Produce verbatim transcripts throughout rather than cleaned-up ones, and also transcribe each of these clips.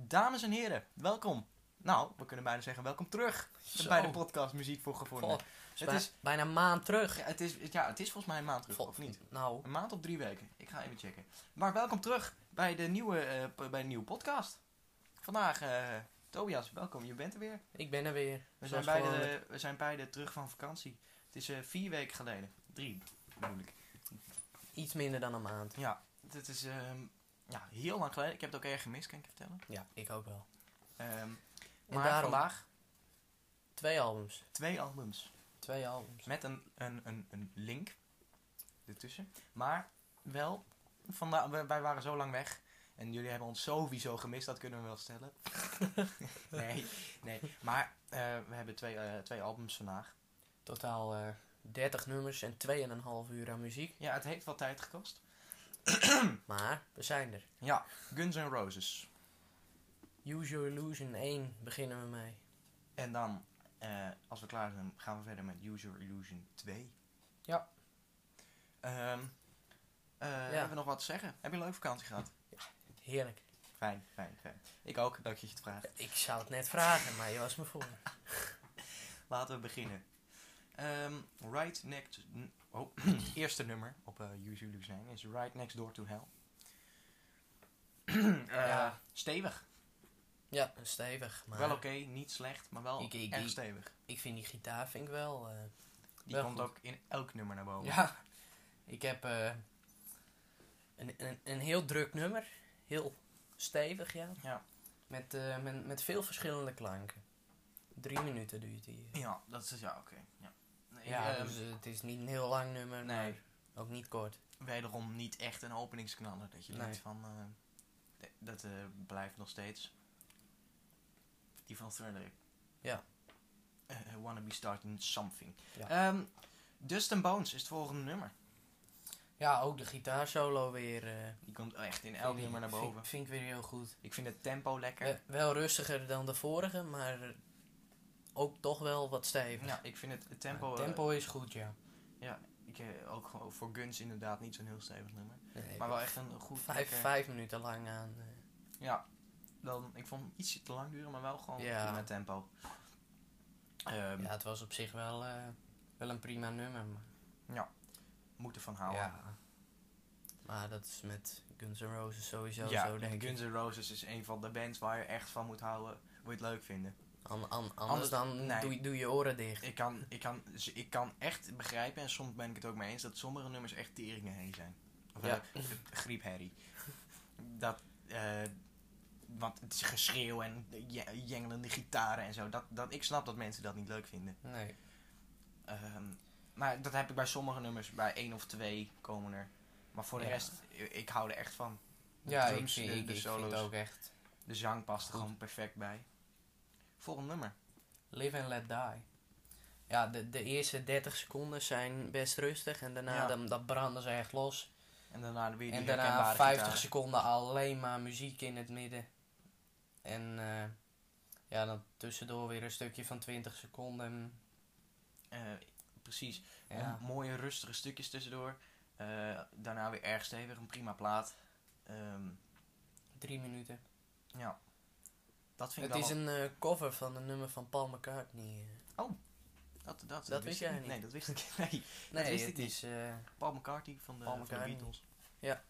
Dames en heren, welkom. Nou, we kunnen bijna zeggen welkom terug Zo. bij de podcast Muziek voor Gevonden. God, Het bij- is, bijna een maand terug. ja, het, is, ja, het is volgens mij een maand terug, Vol- of niet? Nou, Een maand of drie weken. Ik ga even checken. Maar welkom terug bij de nieuwe, eh, p- bij de nieuwe podcast. Vandaag, eh, Tobias, welkom. Je bent er weer. ik ben er weer. We zijn, Zoals beide, gewoonlijk. we zijn beide terug van vakantie. Het is eh, vier weken geleden. Drie, bedoel ik. Iets minder dan een maand. Ja, het is ehm, ja, heel lang geleden. Ik heb het ook erg gemist, kan ik je vertellen. Ja, ik ook wel. Ehm, En maar daarom- vandaag Twee albums. twee albums. Twee albums. Met een, een, een, een link ertussen. Maar wel, vanda- wij wij waren zo lang weg. En jullie hebben ons sowieso gemist, dat kunnen we wel stellen. nee, nee. Maar eh, we hebben twee, eh, twee albums vandaag. Totaal eh dertig nummers en twee en een half uur aan muziek. Ja, het heeft wat tijd gekost. Maar we zijn er. Ja, Guns N' Roses. Use Your Illusion één beginnen we mee. En dan, eh, als we klaar zijn, gaan we verder met Use Your Illusion twee. Ja. Ehm, eh, Hebben we nog wat te zeggen? Heb je een leuke vakantie gehad? Heerlijk. Fijn, fijn, fijn. Ik ook, dank je het vraagt. Ik zou het net vragen, maar je was me voor. Laten we beginnen. Ehm, right next... n- Oh, eerste nummer op uh, Use Your Illusion is Right Next Door to Hell. Eh, Ja. Stevig. Ja, stevig. Maar Wel oké, niet slecht, maar wel Ik- ik- erg ik- stevig. ik vind die gitaar vind ik wel... eh, Die wel komt goed. ook in elk nummer naar boven. Ja, ik heb eh, een, een, een heel druk nummer. Heel stevig, ja. Ja. Met, eh, met, met veel verschillende klanken. Drie minuten duurt die. Ja, dat is... Ja, oké. Ja. Nee, Ja, ehm, dus eh, het is niet een heel lang nummer, nee. maar ook niet kort. Wederom niet echt een openingsknaller. Dat je Nee. denkt van... eh, d- dat eh, blijft nog steeds... Die van Thriller. Ja. Eh, wanna be starting something. Ja. Ehm, Dust and Bones is het volgende nummer. Ja, ook de gitaarsolo weer. eh, Die komt echt in elk vind ik- nummer naar boven. Vind, vind ik weer heel goed. Ik vind het tempo lekker. Eh, wel rustiger dan de vorige, maar eh, ook toch wel wat stevig. Ja, ik vind het, het tempo... Maar eh, het tempo is goed, ja. ja, ik, eh, ook gewoon voor Guns inderdaad niet zo'n heel stevig nummer. Nee, Maar wel echt een goed... vijf, lekker- vijf minuten lang aan. eh, Ja, dan, ik vond hem ietsje te lang duren, maar wel gewoon Ja. prima tempo. Ehm ja, het was op zich wel, eh, wel een prima nummer. Maar, Moet ervan houden. ja. Maar dat is met Guns N' Roses sowieso Ja, zo, denk Guns ik. N' Roses is een van de bands waar je echt van moet houden. Wil je het leuk vinden? An, an, anders Anders- dan nee. doe, je- doe je oren dicht. Ik kan, ik, kan, ik kan echt begrijpen, en soms ben ik het ook mee eens, dat sommige nummers echt teringen heen zijn. Of Ja. ja. griepherrie. Dat, eh, want het is geschreeuw en je- jengelende gitaren en zo. Dat, dat, ik snap dat mensen dat niet leuk vinden. Nee. Ehm, maar dat heb ik bij sommige nummers, bij één of twee komen er. Maar voor de Ja. rest, ik, ik hou er echt van. De Ja, ik, drums, vind- de, ik, de ik solo's, vind het ook echt. de zang past er goed. gewoon perfect bij. Volgende nummer. Live and Let Die. Ja, de, de eerste dertig seconden zijn best rustig. En daarna Ja. dan, dat branden ze echt los. En daarna weer die En daarna herkenbare vijftig gitaar. seconden alleen maar muziek in het midden. En eh, ja, dan tussendoor weer een stukje van twintig seconden. Eh, precies. Ja, M- mooie rustige stukjes tussendoor. Eh, daarna weer erg stevig, een prima plaat. Ehm, drie minuten. ja. Dat vind ik Het is wel... een eh, cover van een nummer van Paul McCartney. eh. Dat, dat, dat wist ik jij niet. Nee, dat wist ik nee. Nee, wist ik het niet. is... eh, Paul McCartney van de, Paul van de McCartney. Beatles. Ja.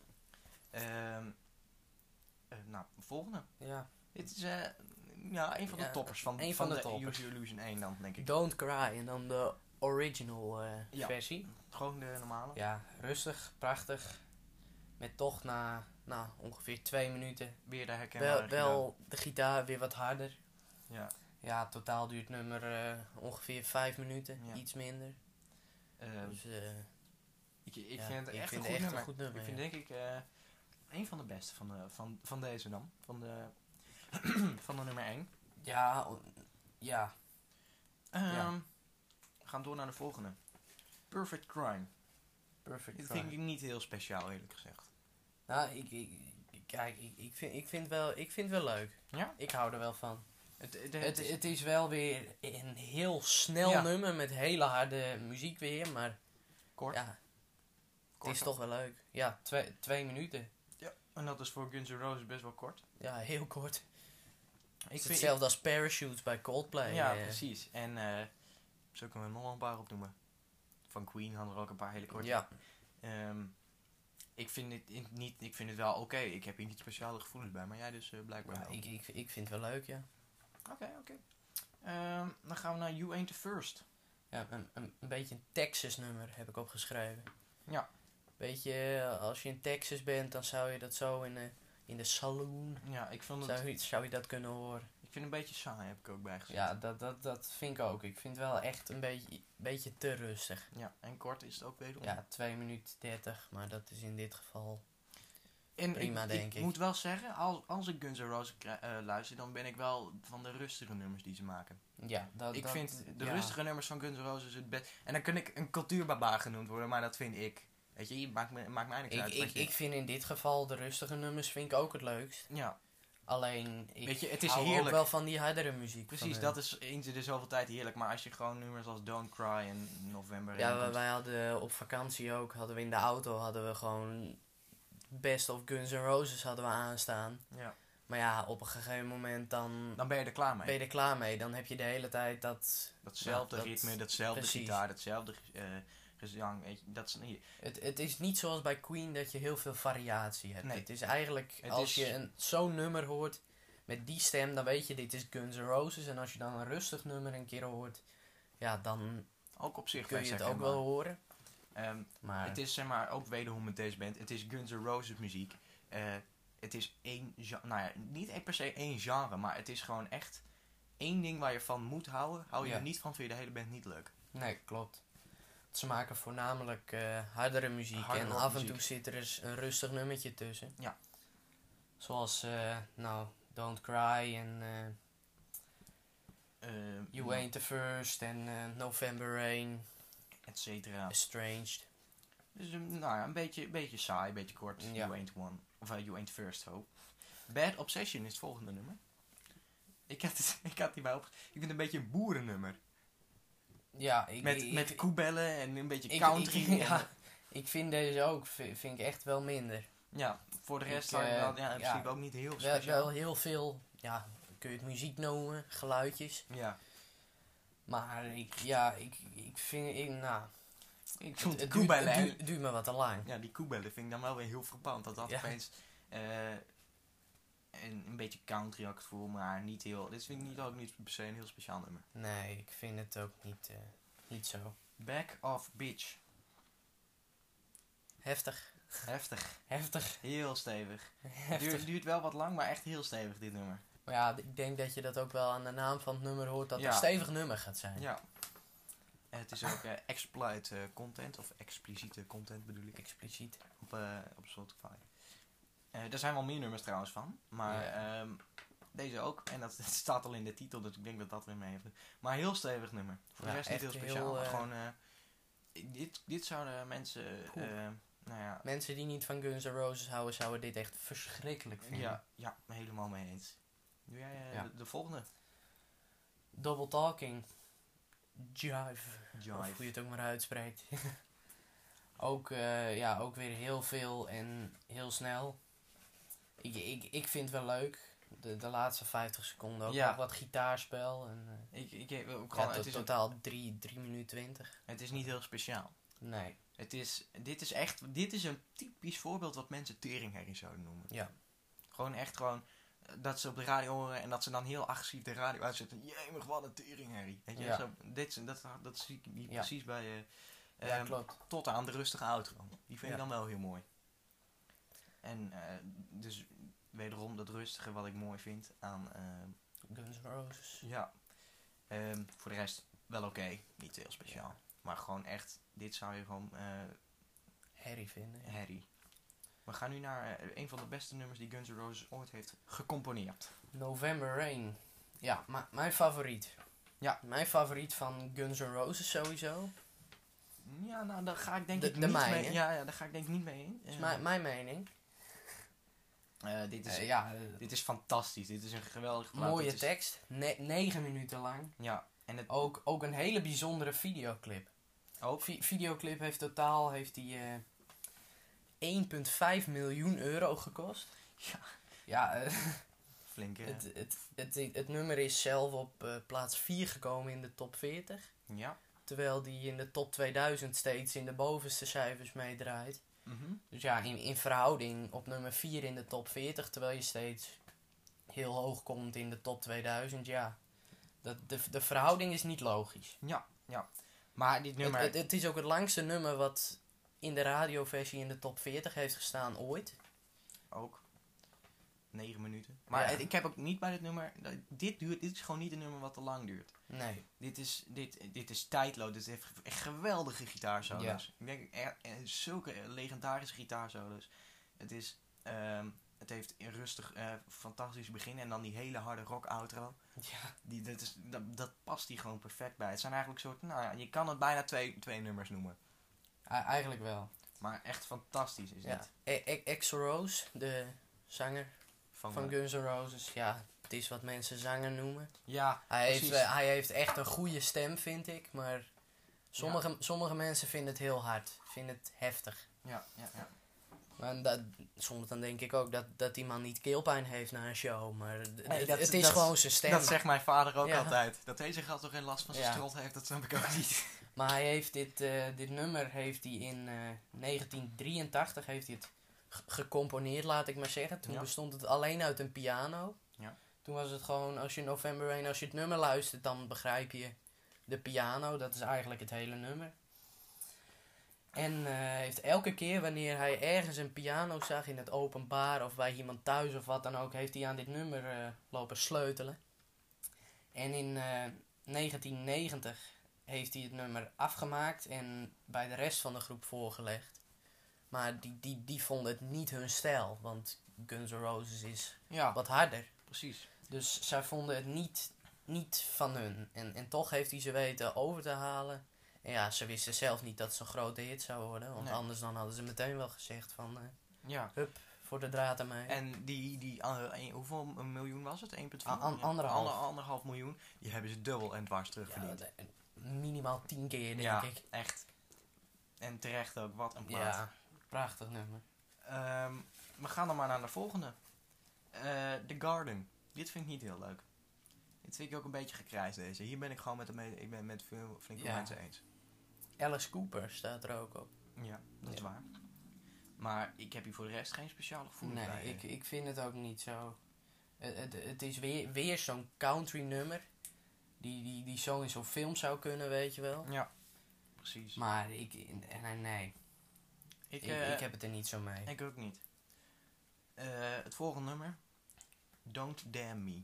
Ehm, eh, nou, volgende. ja. Dit is eh, ja, een van de Ja, toppers van, een van, van de de toppers. Use Your Illusion één dan, denk ik. Don't Cry. En dan de original eh, Ja. versie. Gewoon de normale. Ja, rustig, prachtig. Met toch na nou, ongeveer twee minuten Weer de herkenbare wel, wel de gitaar weer wat harder. gitaar. Ja. Ja, totaal duurt het nummer eh, ongeveer vijf minuten, Ja. iets minder. Ehm, Dus eh, ik ik ja, vind het ik echt vind een goed het echt nummer. een goed nummer, Ik vind ja. denk ik eh, een van de beste van, de, van, van deze dan. Van de, van de nummer één. ja, o- ja, Ehm, Ja. We gaan door naar de volgende. Perfect Crime. Perfect Dit Crime. vind ik niet heel speciaal, eerlijk gezegd. Nou, ik, ik, ik- kijk, ik, ik, vind, ik, vind wel, ik vind het wel leuk. Ja? Ik hou er wel van. Het, het, Het, het is, het is wel weer een heel snel Ja. nummer met hele harde muziek weer, maar kort. ja, kort het is toch wel leuk. Ja, twee, twee minuten. Ja. En dat is voor Guns N' Roses best wel kort. Ja, heel kort. Het Ik is vind, hetzelfde als Parachutes bij Coldplay. ja, eh. precies. En eh zo kunnen we nog wel een paar opnoemen. Van Queen hadden we ook een paar hele korte. Ja, Ehm, ik vind het in- niet, ik vind het wel oké. Ik heb hier niet speciale gevoelens bij, maar jij dus eh, blijkbaar ja, wel. ik, ik, ik vind het wel leuk, ja. Oké, oké. Ehm, dan gaan we naar You Ain't the First. Ja, een, een, een beetje een Texas nummer heb ik opgeschreven. Ja. Weet je, als je in Texas bent, dan zou je dat zo in de, in de saloon, Ja, ik vond het, zou je, zou je dat kunnen horen. ik vind het een beetje saai, heb ik ook bijgezet. Ja, dat, dat, dat vind ik ook. Ik vind het wel echt een beetje, beetje te rustig. Ja, en kort is het ook wederom. Ja, twee minuten dertig, maar dat is in dit geval... en prima, ik, denk ik ik. moet wel zeggen, als, als ik Guns N' Roses kri- eh, luister, dan ben ik wel van de rustige nummers die ze maken. Ja, dat, ik dat, vind de ja. rustige nummers van Guns N' Roses het best. En dan kan ik een cultuurbarbaar genoemd worden, maar dat vind ik. Weet je, maakt me, maakt mij niks Ik, uit. ik, wat je- ik vind in dit geval de rustige nummers vind ik ook het leukst. ja, Alleen, ik Weet je, het is hou heerlijk. ook wel van die hardere muziek. precies, van, dat is eens in de zoveel tijd heerlijk. Maar als je gewoon nummers als Don't Cry en November... Ja, en wij, komt- wij hadden op vakantie ook, hadden we in de auto, hadden we gewoon Best of Guns N' Roses hadden we aanstaan. ja, Maar ja, op een gegeven moment dan dan ben je er klaar mee. ben je er klaar mee. Dan heb je de hele tijd dat... Datzelfde ja, dat- ritme, datzelfde precies. gitaar, datzelfde eh gezang. Weet je, dat is niet... Het, het is niet zoals bij Queen dat je heel veel variatie hebt. Nee. Het is eigenlijk, Het als is- je een zo'n nummer hoort met die stem, dan weet je dit is Guns N' Roses. En als je dan een rustig nummer een keer hoort, ja, dan Ook op zich kun je best het ook herkenbaar. wel horen. Ehm, Maar Het is zeg maar ook wederom met deze band. Het is Guns N' Roses muziek. Eh, het is één genre. Nou ja, niet echt per se één genre, maar het is gewoon echt één ding waar je van moet houden. Hou je Ja. er niet van, vind je de hele band niet leuk. nee, klopt. Ze maken voornamelijk eh, hardere muziek. Harde en af en rockmuziek. toe zit er eens een rustig nummertje tussen. Ja. Zoals, eh, nou, Don't Cry en eh, Ehm, You Ain't the First en eh, November Rain, Et cetera. Estranged. Dus een, nou ja, een beetje, een beetje saai, een beetje kort. Ja. You Ain't One. Of uh, You Ain't First, ho. Bad Obsession is het volgende nummer. Ik had, het, ik had die bij op. Ik vind het een beetje een boerennummer. Ja, ik, Met, ik, met koebellen en een beetje ik- country. ik- en- ja, ik vind deze ook, vind, vind ik echt wel minder. ja, voor de rest Ik, zou je eh, wel, ja, in ja, principe ook niet heel Wel, speciaal. wel heel veel, ja, kun je het muziek noemen, geluidjes. Ja, Maar ik, ja, ik, ik vind, ik, nou, ik het, vond het de duurt, koebellen... het en- duurt, duurt me wat te lang. Ja, die koebellen vind ik dan wel weer heel frappant. Dat dat Ja. opeens... eh, een, een beetje country had ik het gevoel, maar niet heel... Dit vind ik niet, ook niet per se een heel speciaal nummer. Nee, ik vind het ook niet, eh, niet zo. Back of Bitch. Heftig, Heftig. heftig, Heel stevig. Het heftig. duurt, duurt wel wat lang, maar echt heel stevig dit nummer. Maar ja, ik denk dat je dat ook wel aan de naam van het nummer hoort, dat het Ja. een stevig nummer gaat zijn. Ja. En het is ook eh, exploit eh, content, of expliciete content bedoel ik, Expliciet. op, eh op Spotify. Eh er zijn wel meer nummers trouwens van, maar Ja. ehm, deze ook. En dat, het staat al in de titel, dus ik denk dat dat weer mee heeft. Maar heel stevig nummer. Voor de Ja, rest niet heel echt speciaal, heel, maar eh, gewoon... eh, dit, dit zouden mensen... Oeh. eh, nou ja, Mensen die niet van Guns N' Roses houden, zouden dit echt verschrikkelijk vinden. ja, ja, helemaal mee eens. Doe jij eh, Ja. de, de volgende? Double Talking. Jive. Of Jive. hoe je het ook maar uitspreekt. ook, eh, ja, ook weer heel veel en heel snel. Ik, ik, ik vind het wel leuk. De, de laatste vijftig seconden ook Ja. nog wat gitaarspel. En, eh, Ik, ik, ik, ook ja, gewoon, to- het, is een- totaal drie minuten twintig. het is niet heel speciaal. Nee, Het is, dit is echt, dit is een typisch voorbeeld wat mensen teringherrie zouden noemen. ja. Gewoon echt gewoon, eh, dat ze op de radio horen en dat ze dan heel agressief de radio uitzetten. Jemig, wat een teringherrie. Weet je, Ja. zo, dit, is- dat, dat zie ik hier Ja. precies bij, eh Ja, ehm, klopt. tot aan de rustige outro. Die vind ik Ja. dan wel heel mooi. En eh, dus wederom dat rustige wat ik mooi vind aan, ehm, Guns N' Roses. ja, Ehm, voor de rest wel oké, niet heel speciaal. Maar gewoon echt, dit zou je gewoon eh Harry vinden. herrie. We gaan nu naar eh, een van de beste nummers die Guns N' Roses ooit heeft gecomponeerd. November Rain. Ja, maar mijn favoriet. Ja. Mijn favoriet van Guns N' Roses sowieso. Ja, nou, daar ga ik denk De- ik de niet mijne. mee. Ja, ja, daar ga ik denk ik niet mee in. Dat is Eh, mijn, mijn mening. eh, dit, is, Eh, ja, eh, dit is fantastisch. Dit is een geweldig geluid. mooie Het is- tekst. Ne- negen minuten lang. Ja, en het Ook, ook een hele bijzondere videoclip. ook. Vi- videoclip heeft totaal heeft die, eh één komma vijf miljoen euro gekost. Ja. Ja, eh, flink, hè? Het, het, het, het, het nummer is zelf op uh, plaats vier gekomen in de top veertig. Ja. Terwijl die in de top tweeduizend steeds in de bovenste cijfers meedraait. Mm-hmm. Dus ja, in, in verhouding op nummer vier in de top veertig, terwijl je steeds heel hoog komt in de top tweeduizend, ja. Dat, de, de verhouding is niet logisch. Ja, ja. Maar dit nummer... Het, het, het is ook het langste nummer wat in de radioversie in de top veertig heeft gestaan ooit. Ook. Negen minuten. Maar Ja. het- ik heb ook niet bij dit nummer... Dit, duurt, dit is gewoon niet een nummer wat te lang duurt. Nee. Dit is, dit, dit is tijdloos. Dit heeft echt geweldige gitaarsolo's. Ja. Ik denk er, er, zulke legendarische gitaarsolo's. Het is... ehm, het heeft een rustig, eh, fantastisch begin. En dan die hele harde rock outro. Ja. Die, dat, is, dat, dat past hier gewoon perfect bij. Het zijn eigenlijk soort... Nou ja, je kan het bijna twee, twee nummers noemen. E- eigenlijk wel. Maar echt fantastisch is Ja. dit. E- E- Axl Rose, de zanger Van, van eh, Guns N' Roses. Ja, het is wat mensen zanger noemen. Ja, Hij heeft, precies. eh, hij heeft echt een goede stem, vind ik. Maar sommige, sommige mensen vinden het heel hard. Vinden het heftig. Ja, ja, ja. Maar dat, soms dan denk ik ook dat, dat die man niet keelpijn heeft na een show. Maar d- Nee, het, dat- het is dat- gewoon zijn stem. Dat zegt mijn vader ook Ja. altijd. Dat deze gast toch geen last van zijn Ja. strot heeft, dat snap ik ook niet. Maar hij heeft dit, eh, dit nummer heeft hij in eh, negentien drieëntachtig heeft hij het g- gecomponeerd, laat ik maar zeggen. Toen Ja. bestond het alleen uit een piano. Ja. Toen was het gewoon, als je November Rain, als je het nummer luistert, dan begrijp je de piano. Dat is eigenlijk het hele nummer. En eh, heeft elke keer wanneer hij ergens een piano zag in het openbaar of bij iemand thuis of wat dan ook, heeft hij aan dit nummer eh, lopen sleutelen. En in eh, negentien negentig heeft hij het nummer afgemaakt en bij de rest van de groep voorgelegd. Maar die, die, die vonden het niet hun stijl, want Guns N' Roses is Ja, wat harder. precies. Dus zij vonden het niet, niet van hun. En, en toch heeft hij ze weten over te halen. En ja, ze wisten zelf niet dat het zo'n grote hit zou worden. Want Nee. anders dan hadden ze meteen wel gezegd van, eh, Ja. hup, voor de draad ermee. En die, die uh, een, hoeveel miljoen was het? één komma vier? A- an- Ja, anderhalf. ander- anderhalf miljoen. Die hebben ze dubbel en dwars ja, terugverdiend. dat- minimaal tien keer, denk Ja, ik. echt. En terecht ook, wat een plaat. Ja, prachtig nummer. Ehm, we gaan dan maar naar de volgende. Eh, The Garden. Dit vind ik niet heel leuk. Dit vind ik ook een beetje gekrijsd deze. Hier ben ik gewoon met de me- ik ben met veel flink veel Ja. mensen eens. Alice Cooper staat er ook op. Ja, dat is Ja. waar. Maar ik heb hier voor de rest geen speciale gevoel Nee, bij. ik, ik vind het ook niet zo. Het, het, het is weer, weer zo'n country nummer. Die, die, die zo in zo'n film zou kunnen, weet je wel. Ja, precies. Maar ik, nee, nee. ik, Ik, eh, ik heb het er niet zo mee. ik ook niet. Eh, het volgende nummer. Don't Damn Me.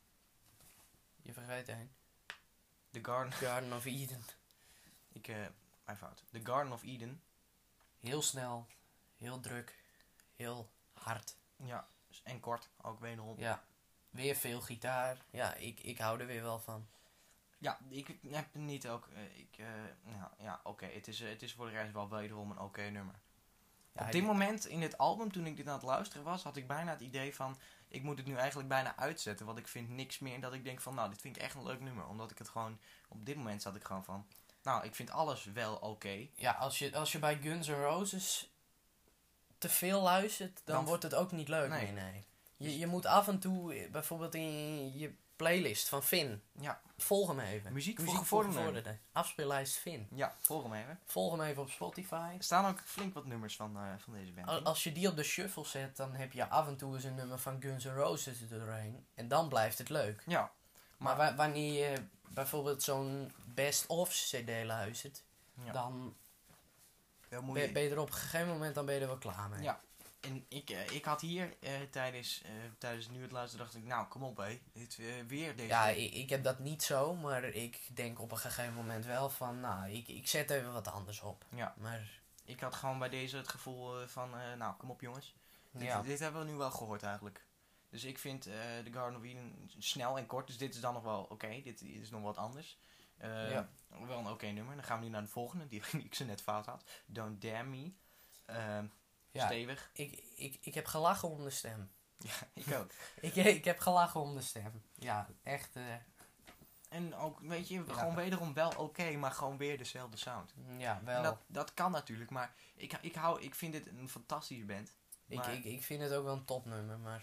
Je vergeet één. The Garden... Garden of Eden. Ik, eh, mijn fout. The Garden of Eden. Heel snel, heel druk, heel hard. Ja, en kort. Ook wederom. Ja, weer veel gitaar. Ja, ik, ik hou er weer wel van. Ja, ik heb niet ook... eh, ik, eh, nou, ja, oké. Het, is, eh, het is voor de rest wel wederom een oké nummer. Ja, Op die- dit moment in dit album, toen ik dit aan het luisteren was, had ik bijna het idee van... Ik moet het nu eigenlijk bijna uitzetten, want ik vind niks meer dat ik denk van... Nou, dit vind ik echt een leuk nummer. Omdat ik het gewoon... Op dit moment zat ik gewoon van... Nou, ik vind alles wel oké. Ja, als je, als je bij Guns N' Roses te veel luistert, dan, Dan- wordt het ook niet leuk Nee. meer, nee. Je, je moet af en toe, eh, bijvoorbeeld in je playlist van Finn, Ja, volg hem even. Muziek voor voor gevorderden. gevorderden. Afspeellijst Finn. ja, volg hem even. Volg hem even op Spotify. Er staan ook flink wat nummers van, eh, van deze band. Al- in. Als je die op de shuffle zet, dan heb je af en toe eens een nummer van Guns N' Roses er doorheen. En dan blijft het leuk. Ja, Maar maar... wa- wanneer je bijvoorbeeld zo'n best-of cd luistert, ja, dan wel moet ben, je- ben je er op een gegeven moment dan ben je er wel klaar mee. Ja, en ik, eh, ik had hier eh, tijdens, eh, tijdens nu het luisteren dacht ik, nou kom op hé, dit, eh, weer deze. Ja, ik, ik heb dat niet zo, maar ik denk op een gegeven moment wel van, nou, ik, ik zet even wat anders op. Ja, Maar ik had gewoon bij deze het gevoel eh, van, eh, nou kom op jongens, dit, ja, dit hebben we nu wel gehoord eigenlijk. Dus ik vind eh The Garden of Eden snel en kort, dus dit is dan nog wel oké, dit is nog wat anders. Eh, Ja. Wel een oké nummer. Dan gaan we nu naar de volgende, die, die ik zo net fout had. Don't Damn Me. Ehm, ja Stevig. ik, ik, ik heb gelachen om de stem. Ja, ik ook. Ik, ik heb gelachen om de stem. Ja, echt, eh, En ook, weet je, Ja. gewoon wederom wel oké, maar gewoon weer dezelfde sound. ja, wel. En dat, dat kan natuurlijk, maar ik, ik, hou, ik vind dit een fantastische band. ik, maar- ik, ik vind het ook wel een topnummer, maar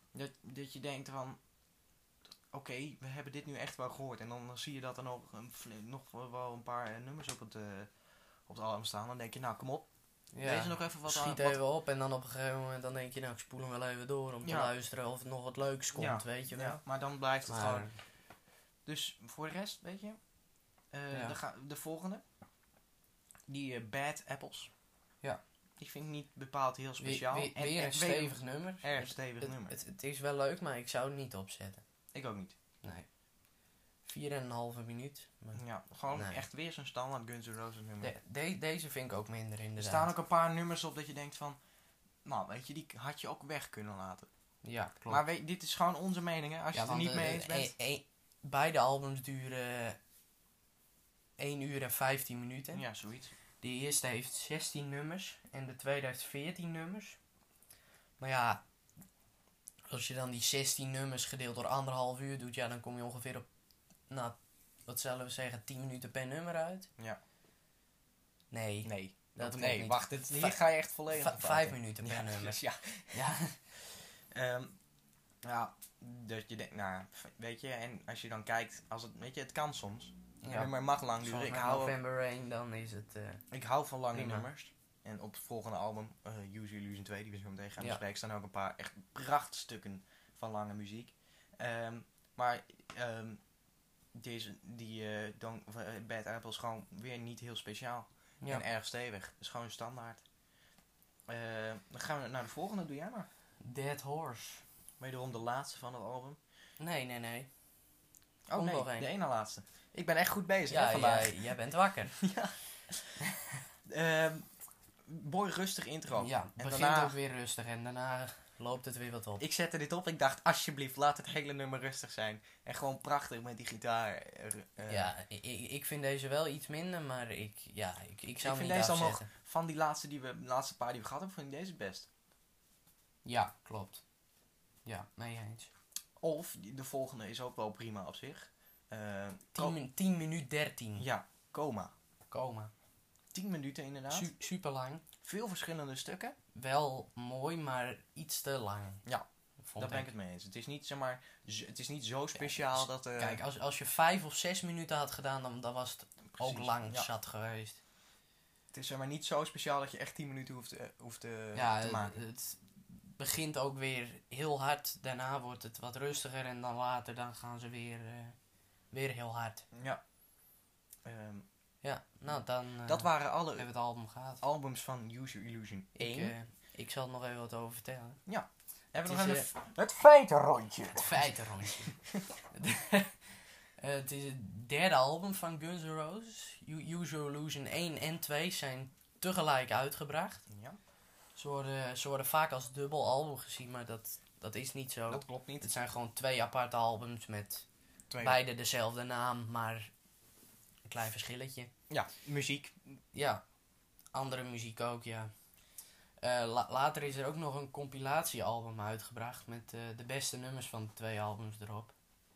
Dat, dat je denkt van... Oké, okay, we hebben dit nu echt wel gehoord. En dan zie je dat er nog, een, nog wel een paar uh, nummers op het, uh, op het album staan. Dan denk je, nou kom op. Ja, Deze nog even wat schiet aan, wat... even op en dan op een gegeven moment dan denk je, nou ik spoel hem wel even door om te ja. luisteren of er nog wat leuks komt, ja. weet je wel. Ja, maar dan blijft het maar... gewoon... Dus voor de rest, weet je, uh, ja. de, ga- de volgende, die uh, Bad Apples. Ja. Die vind ik niet bepaald heel speciaal. We, we, en, weer en een stevig weer, nummer. Erg stevig het, nummer. Het, het, het is wel leuk, maar ik zou het niet opzetten. Ik ook niet. Nee. Vier en een halve minuut. Maar... Ja, gewoon nee. echt weer zo'n standaard Guns N' Roses nummer. De, de, deze vind ik ook minder inderdaad. Er staan ook een paar nummers op dat je denkt van... Nou, weet je, die had je ook weg kunnen laten. Ja, klopt. Maar weet, dit is gewoon onze mening, hè. Als je ja, het er niet uh, mee eens bent. E, e, beide albums duren één uur en vijftien minuten. Ja, zoiets. De eerste heeft zestien nummers en de tweede heeft veertien nummers. Maar ja, als je dan die zestien nummers gedeeld door anderhalf uur doet, ja, dan kom je ongeveer op, nou, wat zullen we zeggen, tien minuten per nummer uit. Ja. Nee. Nee. Dat nee, niet. wacht, dit, hier ga je echt volledig v- Vijf minuten per ja, nummer. Dus ja. Ja. um, ja, dat je denkt, nou, weet je, en als je dan kijkt, als het, weet je, het kan soms. Een Ja. nummer mag lang duren. Ik hou, November Rain, dan is het... Uh, ik hou van lange prima. nummers. En op het volgende album, uh, Use Illusion twee, die we zo meteen gaan ja. bespreken, staan ook een paar echt prachtstukken van lange muziek. Um, maar um, deze, die uh, Don, uh, Bad Apple is gewoon weer niet heel speciaal. Ja. En erg stevig. Het is gewoon standaard. Uh, dan gaan we naar de volgende, doe jij maar. Dead Horse. Wederom de laatste van het album. Nee, nee, nee. Oh Kom nee, nog een. de ene laatste. Ik ben echt goed bezig ja, hè, vandaag. Jij, jij bent wakker. ja. uh, mooi rustig intro. Ja, en begint daarna, ook weer rustig en daarna loopt het weer wat op. Ik zette dit op, ik dacht alsjeblieft laat het hele nummer rustig zijn. En gewoon prachtig met die gitaar. Uh, ja, ik, ik vind deze wel iets minder, maar ik, ja, ik, ik zou ik hem vind niet deze afzetten. dan nog, van die laatste, die we, de laatste paar die we gehad hebben, vind ik deze het best. Ja, klopt. Ja, mee eens. Of, de volgende is ook wel prima op zich. Uh, tien minuut dertien. Ja, Coma. Coma. tien minuten inderdaad. Su- super lang. Veel verschillende stukken. Wel mooi, maar iets te lang. Ja, daar ben ik het mee eens. Het is niet, zeg maar, z- het is niet zo speciaal Kijk, dat... Uh, kijk, als, als je vijf of zes minuten had gedaan, dan, dan was het precies, ook lang ja. zat geweest. Het is zeg maar niet zo speciaal dat je echt tien minuten hoeft, uh, hoeft uh, ja, te maken. Het, het begint ook weer heel hard. Daarna wordt het wat rustiger en dan later dan gaan ze weer, uh, weer heel hard. Ja. Um, ja, nou dan uh, dat waren alle hebben we het album gehad. Albums van Use Your Illusion één. Ik, uh, ik zal er nog even wat over vertellen. Ja. Hebben we het nog is, even uh, het feitenrondje. Het feitenrondje. uh, het is het derde album van Guns N' Roses. Use Your Illusion één en twee zijn tegelijk uitgebracht. Ja. Ze worden, ze worden vaak als dubbel album gezien, maar dat, dat is niet zo. Dat klopt niet. Het zijn gewoon twee aparte albums met twee beide dezelfde naam, maar een klein verschilletje. Ja, muziek. Ja, andere muziek ook, ja. Uh, la- later is er ook nog een compilatiealbum uitgebracht met uh, de beste nummers van de twee albums erop.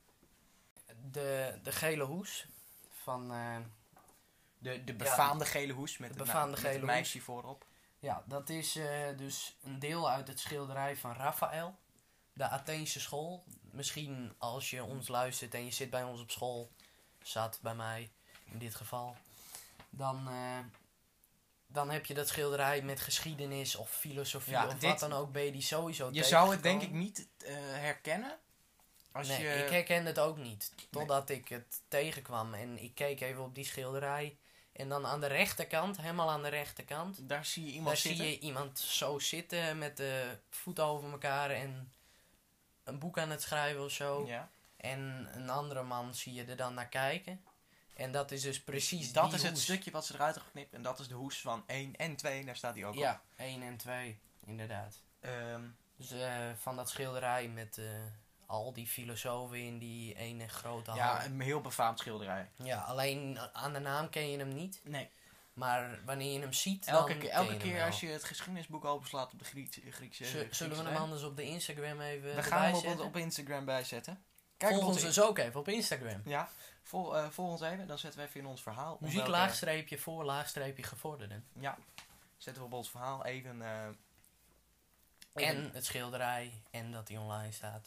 De, de gele hoes van... Uh, de, de befaamde ja, gele hoes met, de de befaamde met gele het meisje hoes. voorop. Ja, dat is uh, dus een deel uit het schilderij van Raphaël. De Atheense school. Misschien als je ons luistert en je zit bij ons op school, zat bij mij in dit geval, dan, uh, dan heb je dat schilderij met geschiedenis of filosofie ja, of dit, wat dan ook, ben je die sowieso Je zou het denk ik niet uh, herkennen. Als nee, je... ik herkende het ook niet. Totdat nee. ik het tegenkwam en ik keek even op die schilderij. En dan aan de rechterkant, helemaal aan de rechterkant, daar zie je iemand daar zitten. zie je iemand zo zitten met de voeten over elkaar en een boek aan het schrijven of zo. Ja. En een andere man zie je er dan naar kijken. En dat is dus precies dat die is hoes. het stukje wat ze eruit hebben geknipt. En dat is de hoes van één en twee. Daar staat hij ook ja, op. Ja, één en twee, inderdaad. Um, dus uh, van dat schilderij met uh, al die filosofen in die ene grote hal. Ja, een heel befaamd schilderij. Ja, alleen aan de naam ken je hem niet. Nee. Maar wanneer je hem ziet, elke dan keer, ken elke je keer hem als je het geschiedenisboek openslaat op de Griekse... Griekse, Z- Griekse zullen we hem anders op de Instagram even We gaan hem op, zetten? op Instagram bijzetten. Kijk volg ons in... dus ook even op Instagram. Ja, vol, uh, volg ons even. Dan zetten we even in ons verhaal. Muziek welke... laagstreepje voor laagstreepje gevorderden. Ja, zetten we op ons verhaal even... Uh, En het schilderij en dat hij online staat.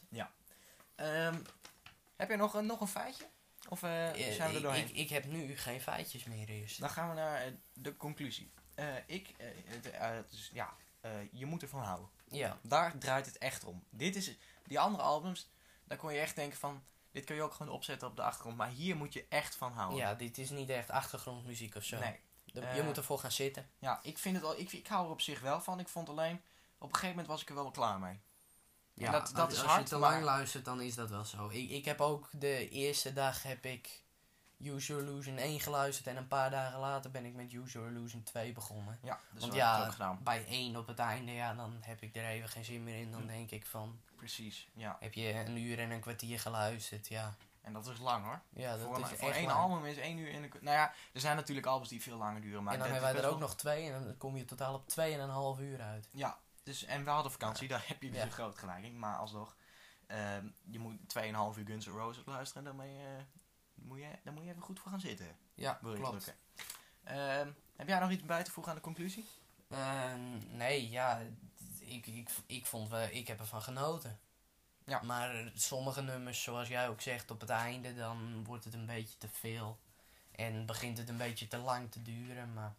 Um, heb je nog, een- nog een feitje? Of uh, Eh, zijn we er ik, doorheen? ik, ik heb nu geen feitjes meer eerst. Dan gaan we naar uh, de conclusie. Uh, ik, uh, het, uh, het is, ja, uh, je moet ervan houden. Ja. Daar draait het echt om. Dit is, die andere albums, daar kon je echt denken van, dit kun je ook gewoon opzetten op de achtergrond. Maar hier moet je echt van houden. Ja, dit is niet echt achtergrondmuziek of zo. Nee. De, Uh, je moet ervoor gaan zitten. Ja, ik vind het al, ik, ik hou er op zich wel van. Ik vond alleen, op een gegeven moment was ik er wel klaar mee. Ja, dat, dat als, is als hard, je te maar- lang luistert, dan is dat wel zo. Ik, ik heb ook de eerste dag heb ik Use Your Illusion één geluisterd. En een paar dagen later ben ik met Use Your Illusion twee begonnen. Ja, dus Want dat heb ik ja, ook gedaan. bij één op het einde, ja, dan heb ik er even geen zin meer in. Dan Hm. denk ik van, Precies, ja. heb je een uur en een kwartier geluisterd? Ja, En dat is lang hoor. ja dat voor is een, voor echt één lang. album is één uur in de... Nou ja, er zijn natuurlijk albums die veel langer duren. Maar En dan dit hebben wij is er ook best nog twee en dan kom je totaal op tweeënhalf uur uit. wel- Ja, dus, en we hadden vakantie, daar heb je dus Ja. een groot gelijk in. Maar alsnog, ehm, je moet tweeënhalf uur Guns N' Roses luisteren. Dan, ben je, moet je, dan moet je even goed voor gaan zitten. Ja, Wil je het klopt. lukken. Ehm, heb jij nog iets bij te voegen aan de conclusie? Eh, nee, ja, ik, ik, ik vond wel, ik heb ervan genoten. Ja. Maar sommige nummers, zoals jij ook zegt, op het einde, dan wordt het een beetje te veel. En begint het een beetje te lang te duren, maar...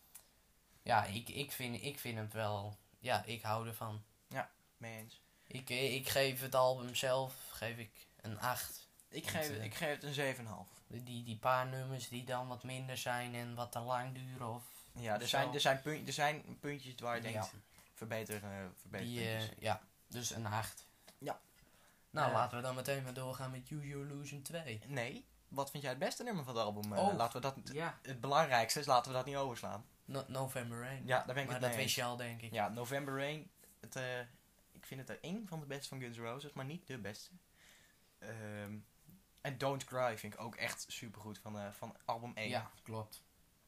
Ja, ik, ik, vind, ik vind het wel... Ja, ik hou ervan. Mee eens. Ik, ik geef het album zelf, geef ik een acht. Ik Want, geef, eh, ik geef het een zeven komma vijf. Die, die paar nummers die dan wat minder zijn en wat te lang duren of... Ja, er zo. zijn, er, zijn punt, er zijn puntjes waar je denkt, Ja. verbeter, uh, verbeter Die, puntjes. eh, ja, dus een acht. Ja. Nou, Eh. laten we dan meteen maar doorgaan met Use Your Illusion twee. Nee, wat vind jij het beste nummer van het album? Uh, Oh. Laten we dat, Ja. het belangrijkste is, laten we dat niet overslaan. No- November Rain. Ja, daar ben ik maar het dat mee wist eens. je al, denk ik. Ja, November Rain, het, uh, ik vind het er één van de beste van Guns N' Roses, maar niet de beste. Um, en Don't Cry vind ik ook echt supergoed van, uh, van album één. Ja, klopt.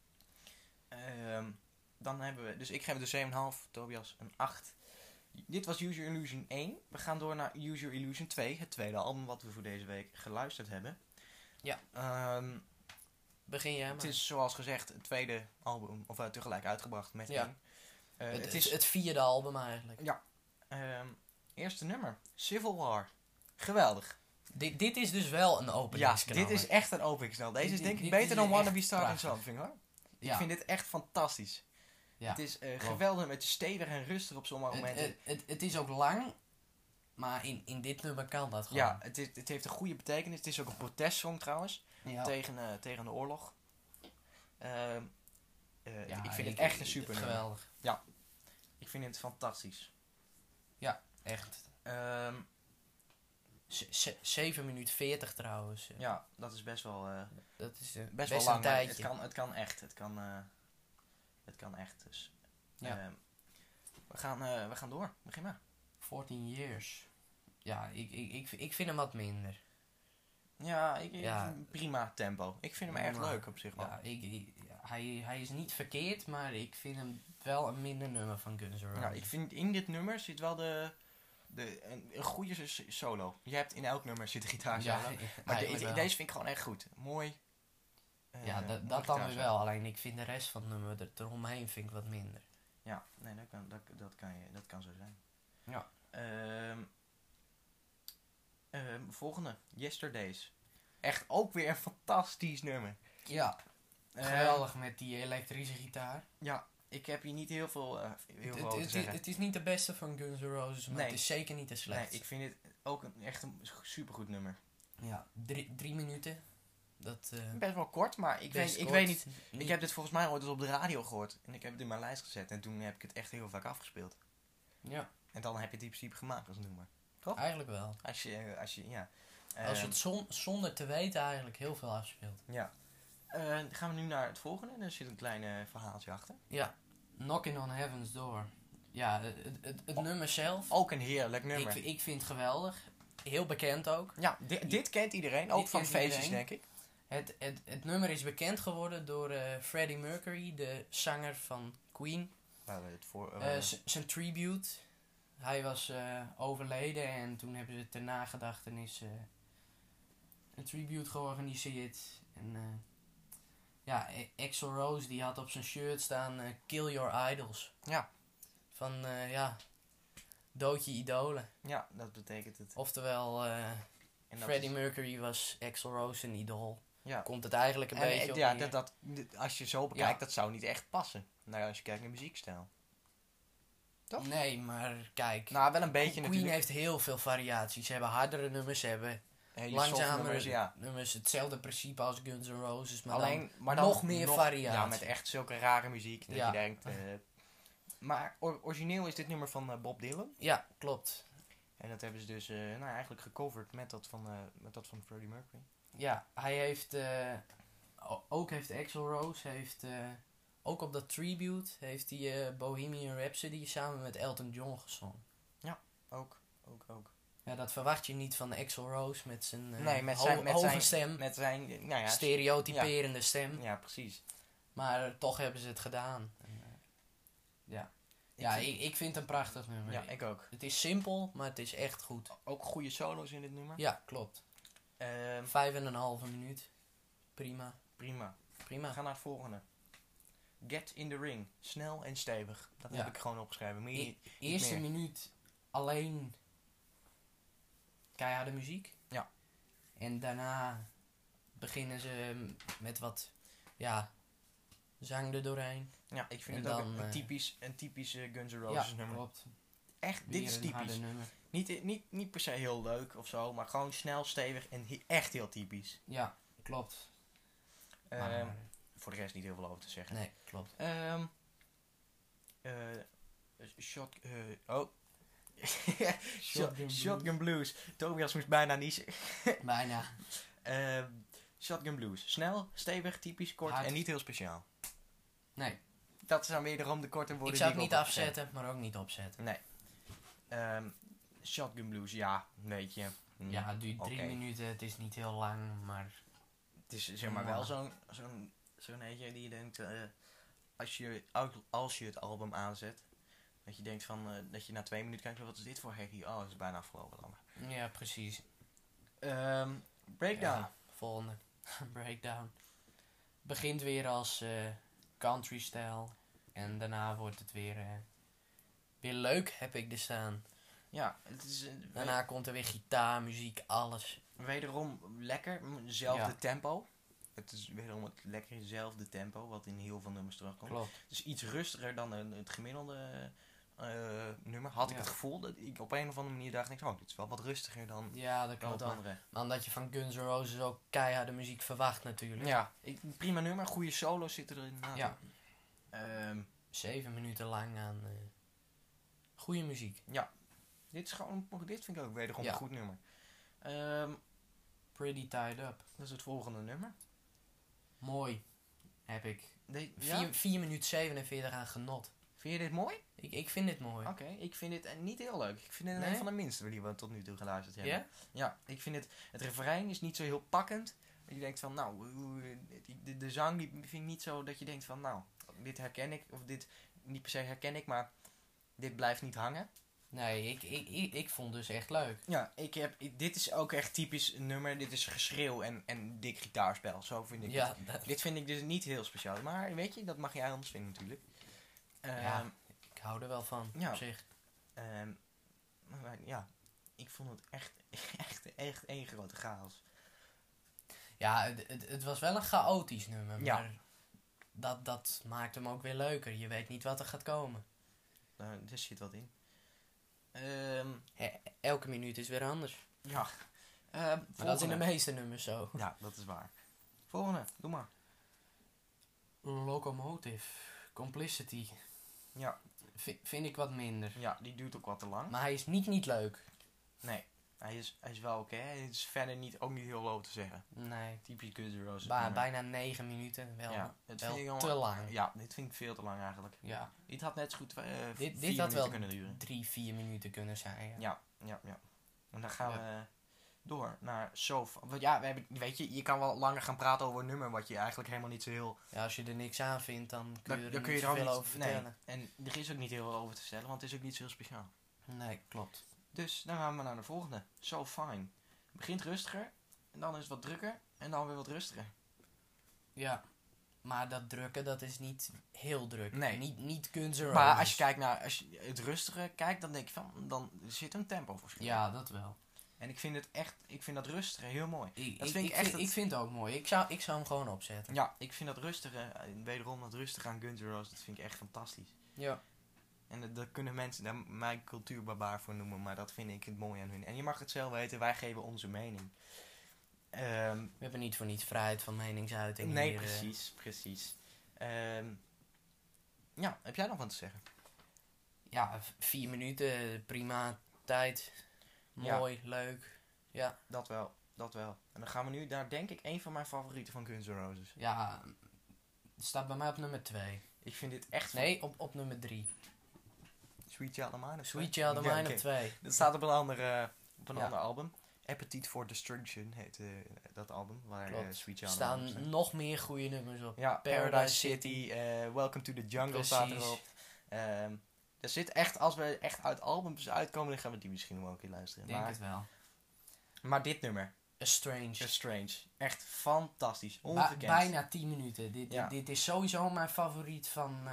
Um, dan hebben we, dus ik geef het een zeven komma vijf, Tobias een acht. Dit was Use Your Illusion één. We gaan door naar Use Your Illusion twee, het tweede album wat we voor deze week geluisterd hebben. Ja. Um, Begin jij maar. het is zoals gezegd het tweede album, of uh, tegelijk uitgebracht met Ja. één. Uh, het, het het, is het vierde album eigenlijk. Ja. Um, eerste nummer. Civil War. Geweldig. Dit, dit is dus wel een Ja, openingsknaller. dit is echt een openingsknal. Deze is Dit- denk ik dit beter is dan echt Wanna Be Starting prachtig. Something hoor. Ja. Ik vind dit echt fantastisch. Ja, Het is uh, klopt. geweldig met stevig en rustig op sommige Het, momenten. het, het, het is ook lang, maar in, in dit nummer kan dat gewoon. ja, het, is, het heeft een goede betekenis. Het is ook een protestsong trouwens. Ja. Tegen, uh, tegen de oorlog. Ehm, uh, Ja, ik vind ik- het echt een ik- super nummer. Geweldig. Ik vind het fantastisch. Echt. Ehm, Z- z- zeven minuten veertig trouwens. ja, dat is best wel... Uh, Dat is eh, Best, best, wel een lang, maar het tijdje. kan, het kan echt. Het kan, uh, het kan echt. Dus. Ja. Uh, we, gaan, uh, we gaan door. Begin maar. fourteen years. Ja, ik, ik, ik, ik vind hem wat minder. Ja, ik, ik- Ja. prima tempo. Ik vind hem erg Maar- leuk op zich wel. Ja, ik, ik- ja, hij, hij is niet verkeerd, maar ik vind hem wel een minder nummer van Guns N' Roses. Ja, ik vind in dit nummer zit wel de, de, een, een goede s- solo. Je hebt in elk nummer zit een gitaarsolo. Ja, maar de- eigenlijk de- wel. deze vind ik gewoon echt goed. Mooi. Uh, Ja, dat, mooi dat dan weer gitaarsolo. wel. Alleen ik vind de rest van het nummer er, eromheen vind ik wat minder. Ja, nee, dat kan, dat, dat kan, je, dat kan zo zijn. Ja. Ehm, ehm, volgende. Yesterdays. Echt ook weer een fantastisch nummer. Ja, Ehm, geweldig met die elektrische gitaar. Ja, ik heb hier niet heel veel, uh, heel Het, veel over te het, het, zeggen. het is niet de beste van Guns N' Roses, maar Nee. het is zeker niet de Nee, slechtste. ik vind het ook een, echt een supergoed nummer. Ja, drie, drie minuten. Dat, eh Best wel kort, maar ik, weet, best ik kort. weet niet. Ik heb dit volgens mij ooit eens op de radio gehoord. En ik heb het in mijn lijst gezet. En toen heb ik het echt heel vaak afgespeeld. Ja, En dan heb je het in principe gemaakt als nummer. eigenlijk wel. Als je, eh, als je ja. Als je Ehm, het zon, zonder te weten eigenlijk heel veel afspeelt. Ja. Eh, dan gaan we nu naar het volgende. Er zit een klein eh, verhaaltje achter. Ja, Knocking on Heaven's Door. Ja, het, het, het Oh. nummer zelf, Ook een heerlijk nummer. ik, ik vind het geweldig. Heel bekend ook. Ja, di- dit kent iedereen. Ook Dit van kent feestjes, iedereen. denk ik. Het, het, het nummer is bekend geworden door eh, Freddie Mercury, de zanger van Queen. Waar we het voor... eh, Eh, z- zijn tribute. Hij was eh, overleden en toen hebben ze ter nagedachtenis eh, een tribute georganiseerd. En eh, ja, A- Axl Rose die had op zijn shirt staan eh, Kill Your Idols. Ja. Van eh, ja, dood je idolen. Ja, dat betekent het. Oftewel, eh En dat Freddie is- Mercury was Axl Rose een idool. Ja. Komt het eigenlijk een En, beetje eh, op ja, neer. dat, dat, als je zo bekijkt, Ja. dat zou niet echt passen. Nou, als je kijkt naar muziekstijl. Toch? Nee, maar kijk. Nou, wel een beetje Queen natuurlijk. heeft heel veel variaties. Ze hebben hardere nummers, ze hebben Hele soft langzamere nummers, ja. nummers. Hetzelfde principe als Guns N' Roses, maar Alleen, dan maar dan nog meer variatie. Ja, met echt zulke rare muziek dat Ja. je denkt... eh, maar or- origineel is dit nummer van eh, Bob Dylan. Ja, klopt. En dat hebben ze dus eh, nou, eigenlijk gecoverd met dat van, eh, met dat van Freddie Mercury. Ja, hij heeft... eh, o- ook heeft Axl Rose, heeft... eh, ook op dat tribute heeft hij eh, Bohemian Rhapsody samen met Elton John gezongen. Ook, ook, ook. Ja, dat verwacht je niet van Axl Rose met zijn, eh, Nee, met ho- zijn- met hoge zijn- stem. Met zijn, eh, nou ja... Stereotyperende stem. Ja, precies. Maar eh, toch hebben ze het gedaan. En, eh, ja, ja vind- ik, ik vind het een prachtig nummer. Ja, ik ook. Het is simpel, maar het is echt goed. Ook goede solo's in dit nummer. Ja, klopt. Ehm, Vijf en een halve minuut. Prima. prima. We Prima. gaan naar het volgende. Get in the ring. Snel en stevig. Dat Ja. heb ik gewoon opgeschreven. Meer, E- niet- eerste meer. minuut alleen keiharde muziek. Ja. En daarna beginnen ze met wat, ja, zang er doorheen. Ja, ik vind En het ook dan, een, een eh, typisch, een typisch eh, Guns N' Roses Ja, nummer. klopt. Echt, Weer dit is een typisch. harde nummer. Niet, niet, niet per se heel leuk of zo, maar gewoon snel, stevig en he- echt heel typisch. Ja, klopt. Ehm, Maar, voor de rest niet heel veel over te zeggen. nee, klopt. Ehm eh, shot, eh, oh. Shot, Shotgun Shotgun Blues. Tobias moest bijna niezen. Bijna. Ehm, Shotgun Blues. Snel, stevig, typisch, kort Hard. en niet heel speciaal. Nee, Dat zijn wederom de korte woorden ik zou het die niet op heb gezet. afzetten, maar ook niet opzetten. Nee. Ehm, Shotgun Blues, ja, een beetje. Hm, Ja, het duurt drie oké. minuten, het is niet heel lang, maar Het is zeg maar Ja. wel zo'n zo'n zo'n eentje die je denkt, eh, als, je, al- als je het album aanzet, dat je denkt van, eh, dat je na twee minuten kijkt, wat is dit voor herrie? Oh, het is bijna afgelopen dan maar. ja, precies. Ehm, breakdown. Ja, volgende. Breakdown. Begint weer als eh, country style. En daarna wordt het weer, eh, weer leuk, heb ik er staan. Ja, het is eh, Daarna komt er weer gitaar, muziek, alles. wederom lekker, hetzelfde Ja. tempo. Het is wederom het lekkerzelfde tempo, wat in heel veel nummers terugkomt. Klopt. Het is iets rustiger dan een, het gemiddelde eh, nummer. Had ik Ja. het gevoel dat ik op een of andere manier dacht, ik, oh, dit is wel wat rustiger dan, Ja, dat dan klopt het wel. andere. Maar omdat je van Guns N' Roses ook keiharde muziek verwacht natuurlijk. Ja, ik, prima nummer, goede solo's zitten erin. inderdaad. Ja. Ehm, Zeven minuten lang aan eh goede muziek. dit is gewoon, dit vind ik ook wederom Ja. een goed nummer. Ehm, Pretty Tied Up. dat is het volgende nummer. Mooi. Heb ik. De, ja? vier vier minuten zevenenveertig aan genot. Vind je dit mooi? Ik, ik vind dit mooi. Oké, ik vind dit eh, niet heel leuk. Ik vind het Nee? een van de minste die we tot nu toe geluisterd hebben. Ja? Ja, ik vind het, het refrein is niet zo heel pakkend. Je denkt van, nou, hoe- die- de, de zang die vind ik niet zo dat je denkt van, nou, dit herken ik. Of dit, niet per se herken ik, maar dit blijft niet hangen. Nee, ik, ik, ik, ik vond dus echt leuk. Ja, ik heb, ik- dit is ook echt typisch een nummer. Dit is geschreeuw en, en dik gitaarspel. Zo vind ik het. Ja, dat- Dit vind ik dus niet heel speciaal. Maar weet je, dat mag jij anders vinden natuurlijk. Ja. Ehm, ik hou er wel van, Ja. op zich. ehm, maar ja, ik vond het echt, echt, echt één grote chaos. Ja, het, het, het was wel een chaotisch nummer, Ja. maar dat, dat maakt hem ook weer leuker. Je weet niet wat er gaat komen. Uh, er zit wat in. Ehm, Hè, elke minuut is weer anders. ja. Ehm, Maar dat is in de volgende. meeste nummers zo. Ja, dat is waar. Volgende, doe maar. Locomotive, Complicity, Ja, V- vind ik wat minder. ja, die duurt ook wat te lang. Maar hij is niet niet leuk. Nee, hij is, hij is wel oké. Hij is verder niet, ook niet heel low te zeggen. Nee, Typisch Guns N' Roses. Ba- nummer. bijna negen minuten. Wel, Ja, het wel vind ik te allemaal- lang. Ja, dit vind ik veel te lang eigenlijk. Ja, Dit had net zo goed eh dit, vier dit minuten had wel kunnen duren. drie, vier minuten kunnen zijn. Ja. Ja, ja, ja. En dan gaan Ja. we door naar Sofa. Want ja, we hebben, weet je, je kan wel langer gaan praten over een nummer wat je eigenlijk helemaal niet zo heel... Ja, als je er niks aan vindt, dan kun je Dan, er dan kun niet je er ook zoveel niet over nee. vertellen. En er is ook niet heel veel over te vertellen, want het is ook niet zo heel speciaal. Nee, klopt. Dus dan gaan we naar de volgende. So Fine. Het begint rustiger, en dan is het wat drukker, en dan weer wat rustiger. Ja, Maar dat drukke, dat is niet heel druk. Nee. Niet, niet Guns N' Roses. Maar als je kijkt naar als je het rustige kijkt, dan denk je van, dan zit een tempoverschil. Ja, dat wel. En ik vind het echt, ik vind dat rustige heel mooi. Ik, Dat ik, vind ik ik, echt vind, het- ik vind het ook mooi. Ik zou, ik zou hem gewoon opzetten. Ja, ik vind dat rustige, eh, wederom dat rustige aan Guns N' Roses, dat vind ik echt fantastisch. Ja. En dat, daar kunnen mensen daar mij cultuurbarbaar voor noemen, maar dat vind ik het mooi aan hun. En je mag het zelf weten, wij geven onze mening. Ehm, We hebben niet voor niets vrijheid van meningsuiting nee, hier, eh. precies, precies. Ehm, ja, heb jij nog wat te zeggen? Ja, v- vier minuten, prima tijd. Ja. Mooi, leuk. Ja, Dat wel, dat wel. En dan gaan we nu naar, denk ik, een van mijn favorieten van Guns N' Roses. ja. Het staat bij mij op nummer twee. Ik vind dit echt... Nee, op, op nummer drie. Sweet Child of Mine of Sweet twee? Child of Ja, Mine oké. op twee. Dat staat op een ander, eh, op een Ja. ander album. Appetite for Destruction heet eh, dat album, waar eh, Klopt. Sweet Er Child of Mine op staan staat. nog meer goede nummers op. Ja, Paradise, Paradise City, eh, Welcome to the Jungle Precies. staat erop. Ehm er zit echt, als we echt uit albums uitkomen, dan gaan we die misschien wel een keer luisteren. Ik denk Maar, het wel. maar dit nummer, A Strange. The Strange, echt fantastisch, Ba- ongekend. bijna tien minuten. Dit, Ja. dit, dit is sowieso mijn favoriet van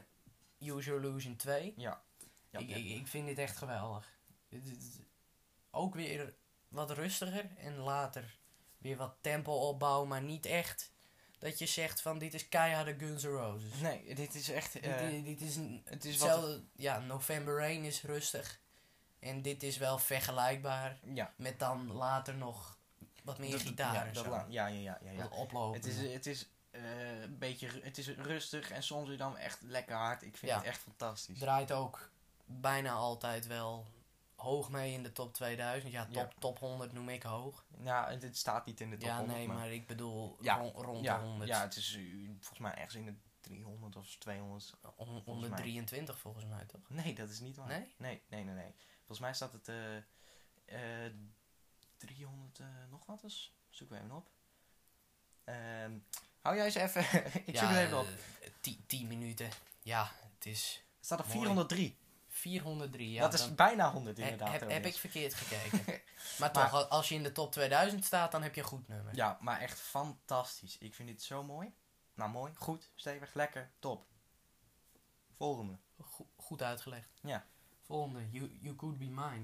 eh Use Your Illusion twee. Ja. Ja, ik, ja. ik, ik vind dit echt geweldig. Dit- dit- dit- ook weer wat rustiger en later weer wat tempo opbouwen, maar niet echt dat je zegt van dit is keiharde Guns N' Roses. Nee, dit is echt... Dit, eh, dit, dit is een, het is wat... hetzelfde, ja, November Rain is rustig en dit is wel vergelijkbaar Ja. met dan later nog wat meer Dat- gitaar ja, en dat zo. la- ja, ja, ja, ja, ja. Wat oplopen. Het is, het is eh, een beetje, ru- het is rustig en soms weer dan echt lekker hard. Ik vind Ja. het echt fantastisch. Draait ook bijna altijd wel hoog mee in de top tweeduizend. Ja, top, Ja. top honderd noem ik hoog. Ja, het, het staat niet in de top Ja, honderd. nee, maar, maar ik bedoel Ja, ron- rond ja, de honderd. ja, het is eh, volgens mij ergens in de driehonderd of tweehonderd. On- mij. honderdrieëntwintig volgens mij, toch? Nee, dat is niet waar. Nee? Nee, nee, nee. nee. Volgens mij staat het eh eh driehonderd eh, nog wat eens. Zoeken we even op. Ehm, hou jij eens even. Ik ja, zoek het even op. eh, ti- tien minuten. Ja, het is Het staat op mooi. vierhonderd-drie. vierhonderddrie. Ja, dat is dan bijna honderd he- inderdaad. heb, heb Tobias. ik verkeerd gekeken. maar Maar- toch, al- als je in de top tweeduizend staat, dan heb je een goed nummer. Ja, maar echt fantastisch. Ik vind dit zo mooi. Nou, mooi, goed, stevig, lekker, top. Volgende. Go- goed uitgelegd. Ja. Volgende, you, you Could Be Mine.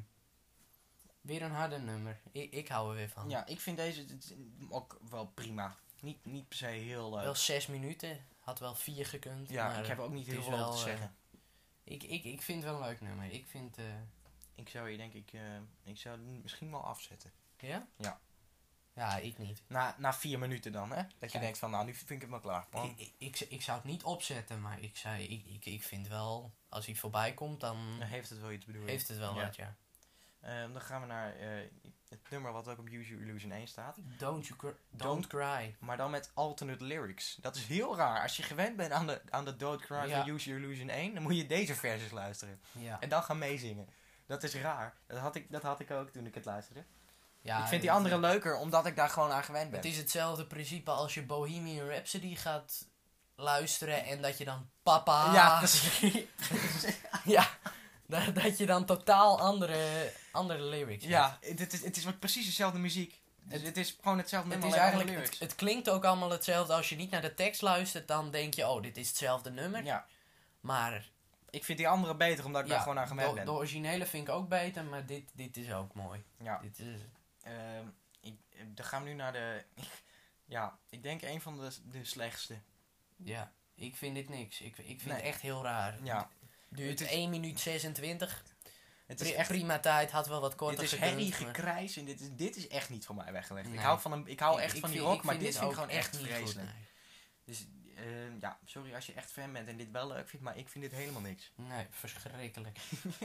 Weer een harde nummer. Ik, ik hou er weer van. Ja, ik vind deze het is ook wel prima. Niet, niet per se heel leuk. Wel zes minuten. Had wel vier gekund. ja, maar ik heb ook niet het heel is veel wel, over te eh, zeggen. Ik, ik, ik vind het wel een leuk nummer. Ik vind... eh Ik zou hier denk ik, eh, ik zou het misschien wel afzetten. ja? Ja. Ja, ik niet. Na, na vier minuten dan, hè? Dat je Kijk. denkt van, nou, nu vind ik het wel klaar. Man. Ik, ik, ik, ik zou het niet opzetten, maar ik, zei, ik, ik, ik vind wel... Als hij voorbij komt, dan Dan heeft het wel iets bedoeld. heeft het wel Ja. wat, ja. Ehm, dan gaan we naar eh, het nummer wat ook op Use Your Illusion één staat. Don't, you cr- don't, Don't- cry. Maar dan met alternate lyrics. Dat is heel raar. Als je gewend bent aan de, aan de Don't Cry Ja. van Use Your Illusion één, dan moet je deze versies luisteren. Ja. En dan gaan meezingen. Dat is raar. Dat had ik, dat had ik ook toen ik het luisterde. ja ik vind die het- andere leuker, omdat ik daar gewoon aan gewend ben. Het is hetzelfde principe als je Bohemian Rhapsody gaat luisteren en dat je dan papa... Ja, precies. ja, dat, dat je dan totaal andere, andere lyrics hebt. Ja, het is, het is ook precies dezelfde muziek. Dus het, Het- is gewoon hetzelfde Het, nummer, is alleen andere eigenlijk, het, lyrics. het klinkt ook allemaal hetzelfde. Als je niet naar de tekst luistert, dan denk je, oh, dit is hetzelfde nummer. Ja, Maar ik vind die andere beter, omdat ik daar ja, gewoon aan gewend de, ben. de originele vind ik ook beter, maar dit, dit is ook mooi. Ja. Dit is, Ehm, ik, eh, dan gaan we nu naar de... ja, ik denk een van de, de slechtste. ja, ik vind dit niks. Ik, ik vind Nee. het echt heel raar. Ja, Duurt Het is- één minuut zesentwintig. het Pri- is echt... Prima tijd, had wel wat korter Dit is gekund, herrie, maar- gekrijs en dit is, dit is echt niet voor mij weggelegd. Ik Nee. hou, van een, ik hou Ik- echt ik van die vind- rock, ik maar dit vind ik ook gewoon echt niet vreselijk. goed, nee. Dus eh, ja, sorry als je echt fan bent en dit wel leuk vindt, maar ik vind dit helemaal niks. Nee, verschrikkelijk.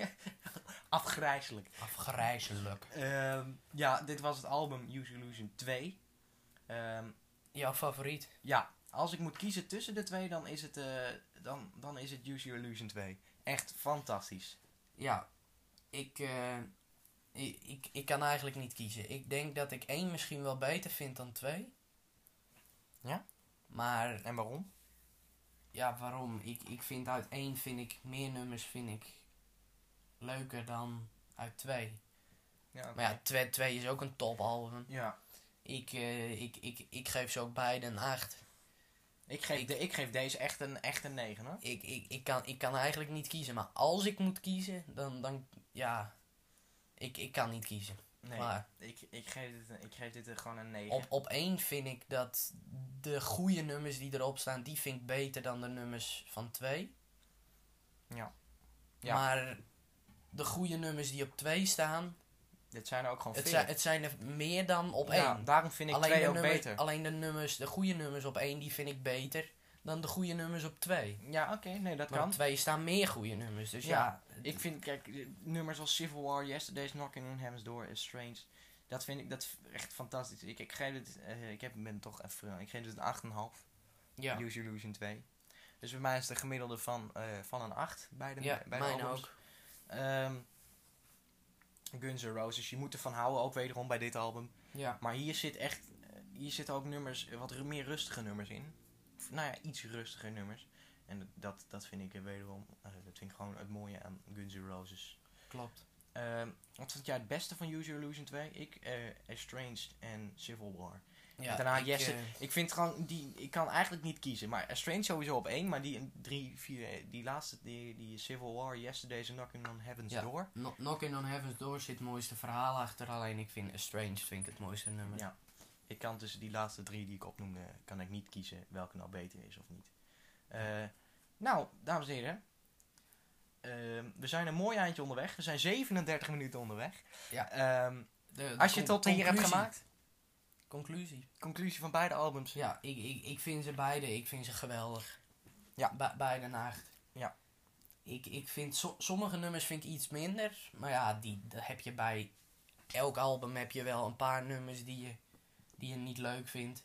Afgrijzelijk. Afgrijzelijk. Ehm, ja, dit was het album Use Illusion twee. Ehm, Jouw favoriet? ja, als ik moet kiezen tussen de twee, dan is het, eh, dan, dan is het Use Your Illusion twee. Echt fantastisch. Ja, ik, eh, ik, ik, ik kan eigenlijk niet kiezen. Ik denk dat ik één misschien wel beter vind dan twee. Ja? Maar En waarom? ja, waarom? Ik, ik vind uit één vind ik meer nummers vind ik leuker dan uit twee. Ja, Maar ja, twee, twee is ook een topalbum. ja. Ik, eh, ik, ik, ik geef ze ook beide een acht. Ik geef, Ik- de, ik geef deze echt een, echt een negen hoor. Ik, ik, ik, kan, ik kan eigenlijk niet kiezen. Maar als ik moet kiezen, dan, dan ja, ik, ik kan niet kiezen. Nee, Klaar. ik, ik, geef dit, ik geef dit er gewoon een negen. Op, op één vind ik dat de goede nummers die erop staan, die vind ik beter dan de nummers van twee. Ja. Ja. Maar de goede nummers die op twee staan, Dit zijn er ook gewoon het veer. zijn, het zijn er meer dan op Ja, één. daarom vind ik Alleen twee de, ook nummer- beter. alleen de nummers, de goede nummers op één, die vind ik beter dan de goede nummers op twee. Ja, oké, nee, dat Maar kan. op twee staan meer goede nummers. Dus ja, Ja, Ik vind, kijk, eh, nummers als Civil War, Yesterday's Knocking on Heaven's Door, Is Strange. Dat vind ik dat is echt fantastisch. Ik, ik geef het, eh, ik heb, ben toch even, ik geef het een acht komma vijf. ja, Use Your Illusion twee. Dus bij mij is de gemiddelde van, eh, van een acht bij de, ja bij de mijn albums. ook. Ehm, Guns N' Roses, je moet ervan houden, ook wederom bij dit album. Ja, Maar hier zit echt, eh, hier zitten ook nummers, eh, wat ru- meer rustige nummers in. Of, nou ja, iets rustiger nummers. En dat, dat vind ik eh, wederom, eh, dat vind ik gewoon het mooie aan Guns N' Roses. klopt. Ehm, wat vond jij het beste van Use Your Illusion twee? Ik, eh Estranged en Civil War. Ja, en daarna ik, Yes. eh, Ik vind gewoon, die, ik kan eigenlijk niet kiezen. Maar Estranged sowieso op één, maar die drie, vier, eh, die laatste, die, die Civil War, Yesterday's Knocking on Heaven's Ja. Door. Kno- Knocking on Heaven's Door zit het mooiste verhaal achter. Alleen ik vind Estranged vind ik het mooiste nummer. Ja. Ik kan tussen die laatste drie die ik opnoemde, kan ik niet kiezen welke nou beter is of niet. Eh, nou, dames en heren. Ehm, we zijn een mooi eindje onderweg. We zijn zevenendertig minuten onderweg. Ja. Ehm, De- de als je con- het tot hier hebt conclusie. gemaakt, Conclusie. conclusie van beide albums. Ja, ik, ik, ik vind ze beide, ik vind ze geweldig. Ja. Be- beide nacht. Ja. Ik, ik vind, so- sommige nummers vind ik iets minder. Maar ja, die, dat heb je bij elk album heb je wel een paar nummers die je, die je niet leuk vindt.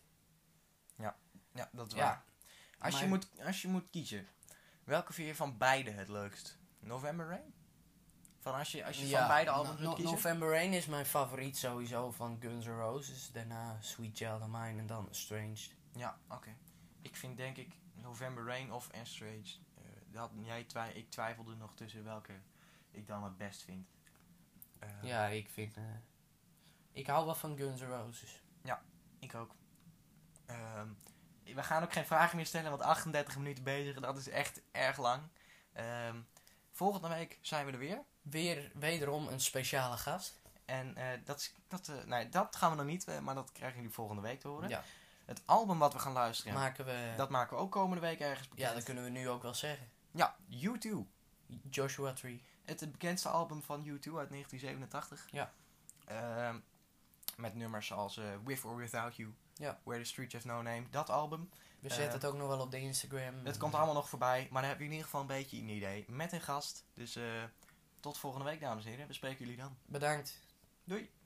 Ja, dat is Ja. waar. Als, je Maar- moet, als je moet kiezen, welke vind je van beide het leukst? November Rain? Van als je, als je van beide albums No- moet kiezen? November Rain is mijn favoriet sowieso van Guns N' Roses. Daarna Sweet Child of Mine en dan Estranged. Ja, oké. Ik vind denk ik November Rain of Estranged. Uh, dat, jij twij ik twijfelde nog tussen welke ik dan het best vind. Eh, Ja, ik vind... eh, ik hou wel van Guns N' Roses. Ik ook. Ehm, we gaan ook geen vragen meer stellen, want achtendertig minuten bezig, dat is echt erg lang. Ehm, volgende week zijn we er weer. Weer wederom een speciale gast. En eh, dat, is, dat, eh, nee, dat gaan we nog niet, eh, maar dat krijgen jullie volgende week te horen. Ja, Het album wat we gaan luisteren, maken we... dat maken we ook komende week ergens bekend. ja, dat kunnen we nu ook wel zeggen. Ja, U twee. Joshua Tree. Het, het bekendste album van U twee uit negentien zevenentachtig. Ja. Ehm, met nummers als eh, With or Without You. Ja. Where the Streets Have No Name. Dat album. We Eh, zetten het ook nog wel op de Instagram. Het komt allemaal nog voorbij. Maar dan heb je in ieder geval een beetje een idee. Met een gast. Dus eh, tot volgende week dames en heren. We spreken jullie dan. Bedankt. Doei.